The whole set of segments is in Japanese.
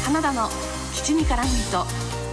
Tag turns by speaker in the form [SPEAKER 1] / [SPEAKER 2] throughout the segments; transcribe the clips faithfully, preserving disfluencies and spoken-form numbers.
[SPEAKER 1] カナダの基地に絡む人。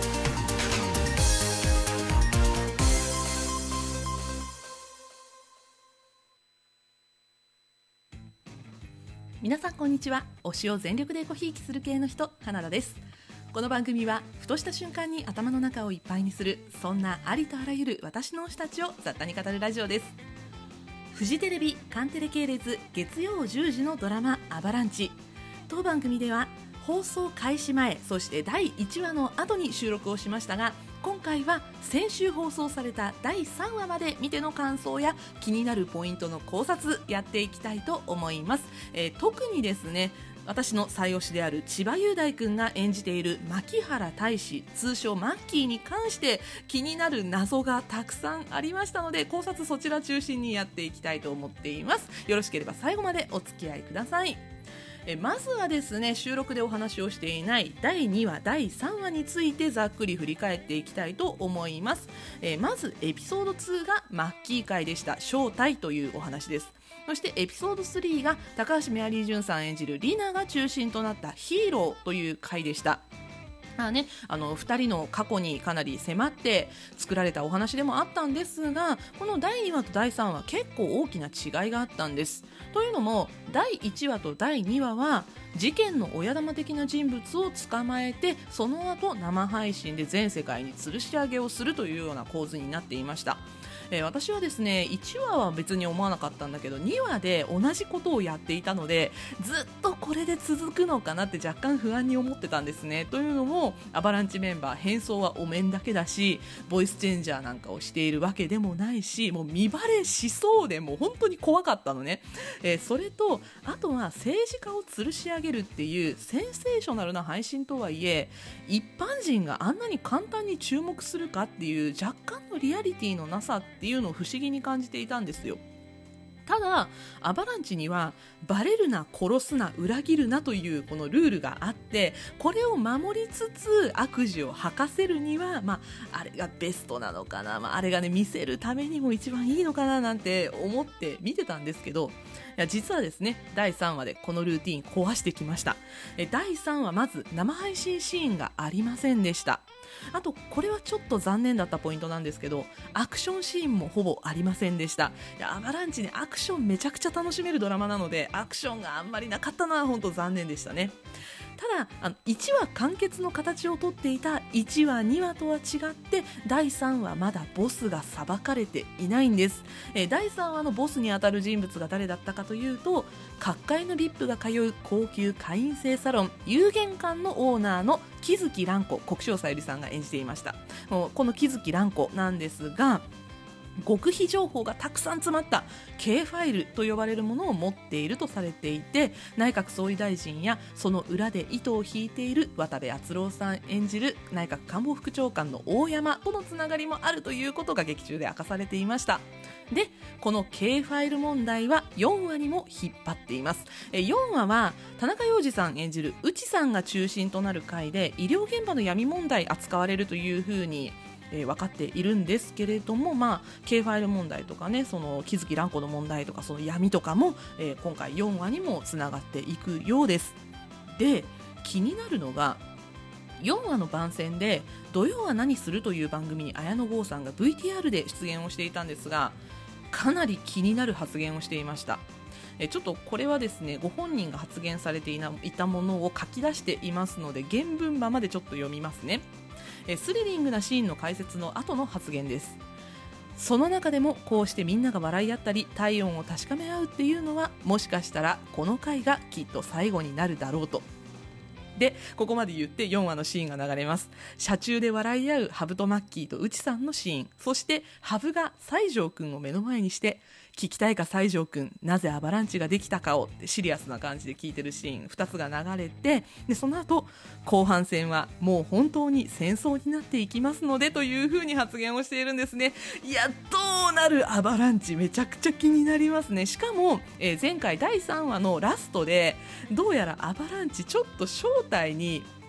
[SPEAKER 1] 皆さんこんにちは。推しを全力でごひいきする系の人、カナダです。この番組はふとした瞬間に頭の中をいっぱいにする、そんなありとあらゆる私の推したちを雑多に語るラジオです。フジテレビカンテレ系列月曜じゅうじのドラマアバランチ。当番組では放送開始前、そしてだいいちわの後に収録をしましたが、今回は先週放送されただいさんわまで見ての感想や気になるポイントの考察やっていきたいと思います。えー、特にですね、私の最推しである千葉雄大くんが演じている牧原大志、通称マッキーに関して気になる謎がたくさんありましたので、考察そちら中心にやっていきたいと思っています。よろしければ最後までお付き合いください。えまずはですね、収録でお話をしていないだいにわ、だいさんわについてざっくり振り返っていきたいと思います。えまずエピソードツーがマッキー会でした。正体というお話です。そしてエピソードスリーが高橋メアリージュンさん演じるリナが中心となったヒーローという回でした。まあね、あのふたりの過去にかなり迫って作られたお話でもあったんですが、このだいにわとだいさんわ結構大きな違いがあったんです。というのもだいいちわとだいにわは事件の親玉的な人物を捕まえて、その後生配信で全世界に吊るし上げをするというような構図になっていました。えー、私はですね、いちわは別に思わなかったんだけど、にわで同じことをやっていたので、ずっとこれで続くのかなって若干不安に思ってたんですね。というのもアバランチメンバー変装はお面だけだし、ボイスチェンジャーなんかをしているわけでもないし、もう見バレしそうでもう本当に怖かったのね。えー、それとあとは政治家を吊るし上げるっていうセンセーショナルな配信とはいえ、一般人があんなに簡単に注目するかっていう若干のリアリティのなさっていうのを不思議に感じていたんですよ。ただアバランチにはバレるな、殺すな、裏切るなというこのルールがあって、これを守りつつ悪事を吐かせるには、まあ、あれがベストなのかな、まあ、あれがね見せるためにも一番いいのかななんて思って見てたんですけど、いや実はですね、だいさんわでこのルーティン壊してきました。えだいさんわ、まず生配信シーンがありませんでした。あとこれはちょっと残念だったポイントなんですけど、アクションシーンもほぼありませんでした。いやアバランチね、アクションめちゃくちゃ楽しめるドラマなので、アクションがあんまりなかったのは本当残念でしたね。ただあのいちわ完結の形をとっていたいちわにわとは違って、だいさんわまだボスが裁かれていないんです。えー、だいさんわのボスにあたる人物が誰だったかというと、各界の ブイアイピー が通う高級会員制サロン有限館のオーナーの木月蘭子、国生さゆりさんが演じていました。この木月蘭子なんですが、極秘情報がたくさん詰まった K ファイルと呼ばれるものを持っているとされていて、内閣総理大臣やその裏で糸を引いている渡部篤郎さん演じる内閣官房副長官の大山とのつながりもあるということが劇中で明かされていました。でこの K ファイル問題はよんわにも引っ張っています。よんわは田中要次さん演じる内さんが中心となる回で、医療現場の闇問題扱われるというふうにえー、分かっているんですけれども、まあ、K ファイル問題とかね、その木月蘭子の問題とかその闇とかも、えー、今回よんわにもつながっていくようです。で気になるのがよんわの番宣で土曜は何するという番組に綾野剛さんが ブイティーアール で出演をしていたんですが、かなり気になる発言をしていました。えちょっとこれはですね、ご本人が発言されていたものを書き出していますので、原文版までちょっと読みますね。スリリングなシーンの解説の後の発言です。その中でもこうしてみんなが笑い合ったり体温を確かめ合うっていうのは、もしかしたらこの回がきっと最後になるだろうと。でここまで言ってよんわのシーンが流れます。車中で笑い合うハブとマッキーと内さんのシーン、そしてハブが西条くんを目の前にして、聞きたいか西条くん、なぜアバランチができたかをってシリアスな感じで聞いてるシーンふたつが流れて、でその後後半戦はもう本当に戦争になっていきますのでという風に発言をしているんですね。いやどうなるアバランチ、めちゃくちゃ気になりますね。しかも、えー、前回だいさんわのラストでどうやらアバランチちょっと正体に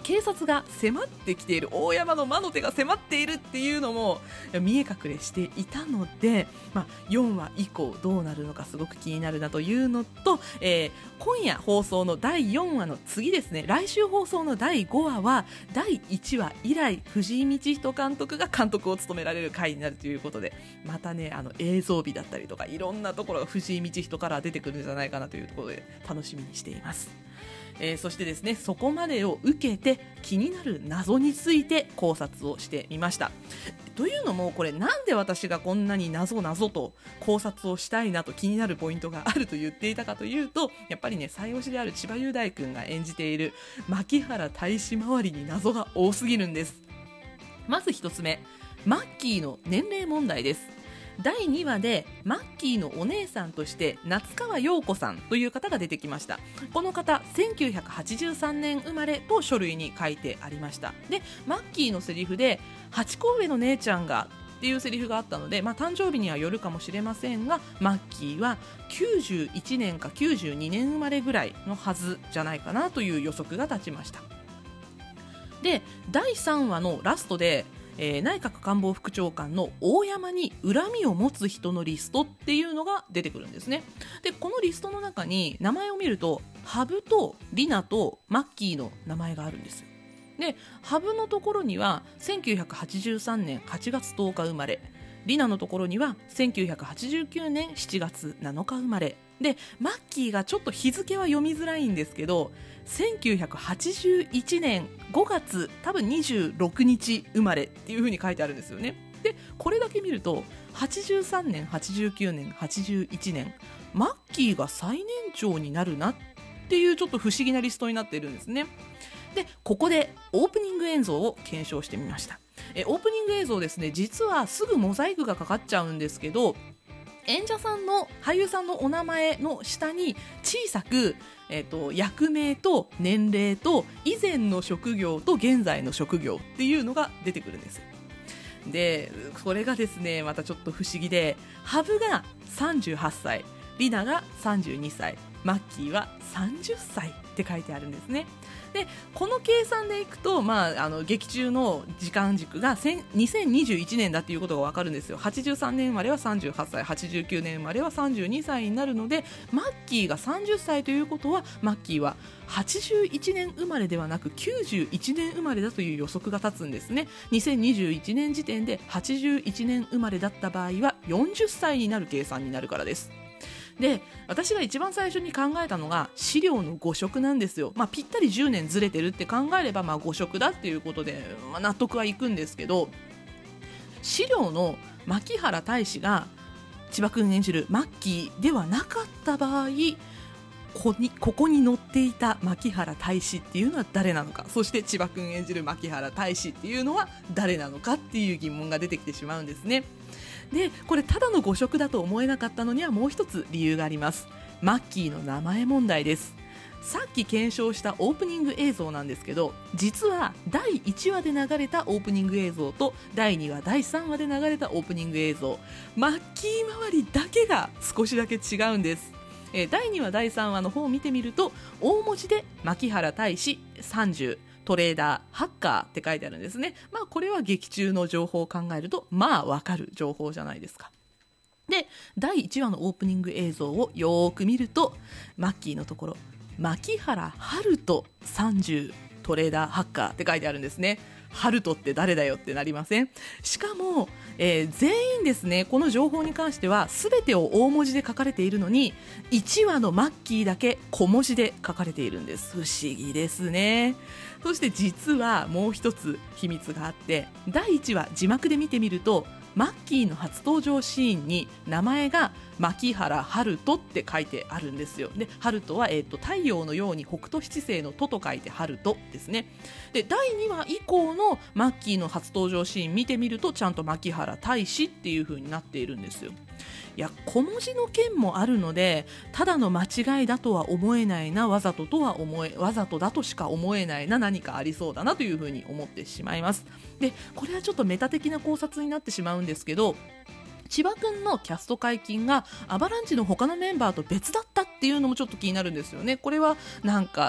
[SPEAKER 1] 警察が迫ってきている、大山の魔の手が迫っているっていうのも見え隠れしていたので、まあ、よんわ以降どうなるのかすごく気になるなというのと、えー、今夜放送のだいよんわの次ですね、来週放送のだいごわはだいいちわ以来藤井道人監督が監督を務められる回になるということで、またね、あの映像美だったりとかいろんなところが藤井道人から出てくるんじゃないかなというところで楽しみにしています。えー、そしてですね、そこまでを受けて気になる謎について考察をしてみました。というのも、これなんで私がこんなに謎謎と考察をしたいなと気になるポイントがあると言っていたかというと、やっぱりね、最推しである千葉雄大君が演じている牧原大使周りに謎が多すぎるんです。まず一つ目、マッキーの年齢問題です。だいにわでマッキーのお姉さんとして夏川陽子さんという方が出てきました。この方せんきゅうひゃくはちじゅうさんねん生まれと書類に書いてありました。で、マッキーのセリフではちこ上の姉ちゃんがっていうセリフがあったので、まあ、誕生日にはよるかもしれませんが、マッキーはきゅうじゅういちねんかきゅうじゅうにねん生まれぐらいのはずじゃないかなという予測が立ちました。で、だいさんわのラストでえー、内閣官房副長官の大山に恨みを持つ人のリストっていうのが出てくるんですね。で、このリストの中に名前を見ると羽生と里奈とマッキーの名前があるんですよ。で、羽生のところにはせんきゅうひゃくはちじゅうさんねんはちがつとおか生まれ、里奈のところにはせんきゅうひゃくはちじゅうきゅうねんしちがつなのか生まれで、マッキーがちょっと日付は読みづらいんですけど、せんきゅうひゃくはちじゅういちねんごがつ多分にじゅうろくにち生まれっていう風に書いてあるんですよね。で、これだけ見るとはちじゅうさんねんはちじゅうきゅうねんはちじゅういちねんマッキーが最年長になるなっていうちょっと不思議なリストになっているんですね。で、ここでオープニング映像を検証してみました。えオープニング映像ですね、実はすぐモザイクがかかっちゃうんですけど、演者さんの俳優さんのお名前の下に小さく、えーと、役名と年齢と以前の職業と現在の職業っていうのが出てくるんです。で、これがですね、またちょっと不思議で、羽生がさんじゅうはっさい、里奈がさんじゅうにさい、マッキーはさんじゅっさいって書いてあるんですね。で、この計算でいくと、まあ、あの劇中の時間軸がにせんにじゅういちねんだっていうことが分かるんですよ。はちじゅうさんねん生まれはさんじゅうはっさい、はちじゅうきゅうねん生まれはさんじゅうにさいになるので、マッキーがさんじゅっさいということは、マッキーははちじゅういちねん生まれではなくきゅうじゅういちねん生まれだという予測が立つんですね。にせんにじゅういちねん時点ではちじゅういちねん生まれだった場合はよんじゅっさいになる計算になるからです。で、私が一番最初に考えたのが資料の誤植なんですよ。まあ、ぴったりじゅうねんずれてるって考えれば、まあ誤植だっていうことで、まあ、納得はいくんですけど、資料の牧原大使が千葉君演じるマッキーではなかった場合、ここに、ここに載っていた牧原大使っていうのは誰なのか、そして千葉君演じる牧原大使っていうのは誰なのかっていう疑問が出てきてしまうんですね。で、これただの誤植だと思えなかったのにはもう一つ理由があります。マッキーの名前問題です。さっき検証したオープニング映像なんですけど、実はだいいちわで流れたオープニング映像とだいにわだいさんわで流れたオープニング映像、マッキー周りだけが少しだけ違うんです。えー、だいにわだいさんわの方を見てみると、大文字で牧原大使さんじゅう、トレーダー、ハッカーって書いてあるんですね。まあこれは劇中の情報を考えるとまあわかる情報じゃないですか。で、だいいちわのオープニング映像をよーく見ると、マッキーのところ牧原春人さんじゅう、トレーダー、ハッカーって書いてあるんですね。春人って誰だよってなりません？しかも、えー、全員ですね、この情報に関しては全てを大文字で書かれているのに、いちわのマッキーだけ小文字で書かれているんです。不思議ですね。そして実はもう一つ秘密があって、だいいちわ字幕で見てみると、マッキーの初登場シーンに名前が牧原春人って書いてあるんですよ。で、春人は、えーと、太陽のように北斗七星のとと書いて春人ですね。で、だいにわ以降のマッキーの初登場シーン見てみると、ちゃんと牧原大使っていう風になっているんですよ。いや、小文字の件もあるので、ただの間違いだとは思えないな、わざととは思え、わざとだとしか思えないな、何かありそうだなという風に思ってしまいます。で、これはちょっとメタ的な考察になってしまうんですけど、千葉くんのキャスト解禁がアバランチの他のメンバーと別だったっていうのもちょっと気になるんですよね。これはなんか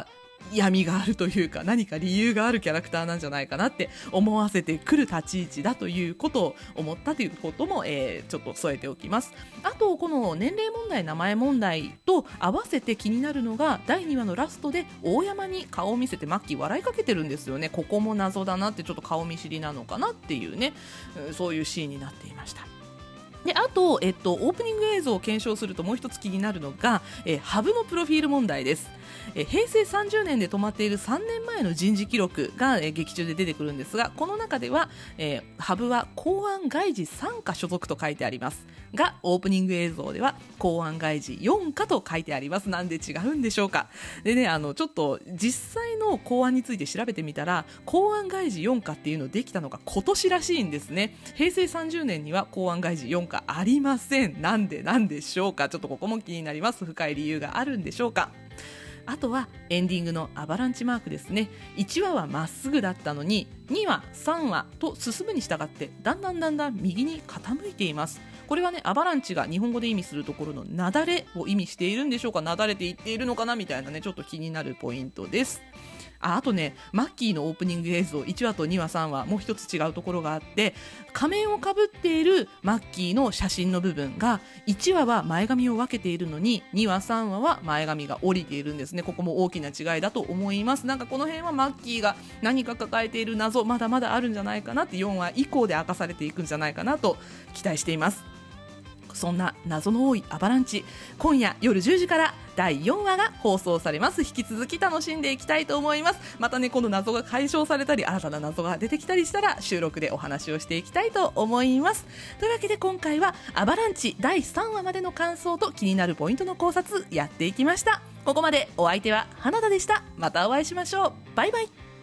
[SPEAKER 1] 闇があるというか、何か理由があるキャラクターなんじゃないかなって思わせてくる立ち位置だということを思ったということも、えー、ちょっと添えておきます。あとこの年齢問題、名前問題と合わせて気になるのが、だいにわのラストで大山に顔を見せてマッキー笑いかけてるんですよね。ここも謎だなって、ちょっと顔見知りなのかなっていうね、そういうシーンになっていました。であと、えっと、オープニング映像を検証するともう一つ気になるのが、えー、ハブのプロフィール問題です。えー、平成さんじゅうねんで止まっているさんねんまえの人事記録が、えー、劇中で出てくるんですが、この中では、えー、ハブは公安外事さん課所属と書いてありますが、オープニング映像では公安外事よん課と書いてあります。なんで違うんでしょうか。でね、あのちょっと実際の公安について調べてみたら、公安外事よん課っていうのできたのが今年らしいんですね。平成さんじゅうねんには公安外事よん課ありません。なんでなんでしょうか。ちょっとここも気になります。深い理由があるんでしょうか。あとはエンディングのアバランチマークですね。いちわはまっすぐだったのににわさんわと進むに従ってだんだんだんだん右に傾いています。これはね、アバランチが日本語で意味するところのなだれを意味しているんでしょうか。なだれていっているのかなみたいなね、ちょっと気になるポイントです。あ, あとね、マッキーのオープニング映像いちわとにわさんわもう一つ違うところがあって、仮面をかぶっているマッキーの写真の部分がいちわは前髪を分けているのににわさんわは前髪が降りているんですね。ここも大きな違いだと思います。なんかこの辺はマッキーが何か抱えている謎、まだまだあるんじゃないかなって、よんわ以降で明かされていくんじゃないかなと期待しています。そんな謎の多いアバランチ、今夜夜じゅうじからだいよんわが放送されます。引き続き楽しんでいきたいと思います。またね、この謎が解消されたり新たな謎が出てきたりしたら収録でお話をしていきたいと思います。というわけで今回はアバランチだいさんわまでの感想と気になるポイントの考察やっていきました。ここまでお相手は花田でした。またお会いしましょう。バイバイ。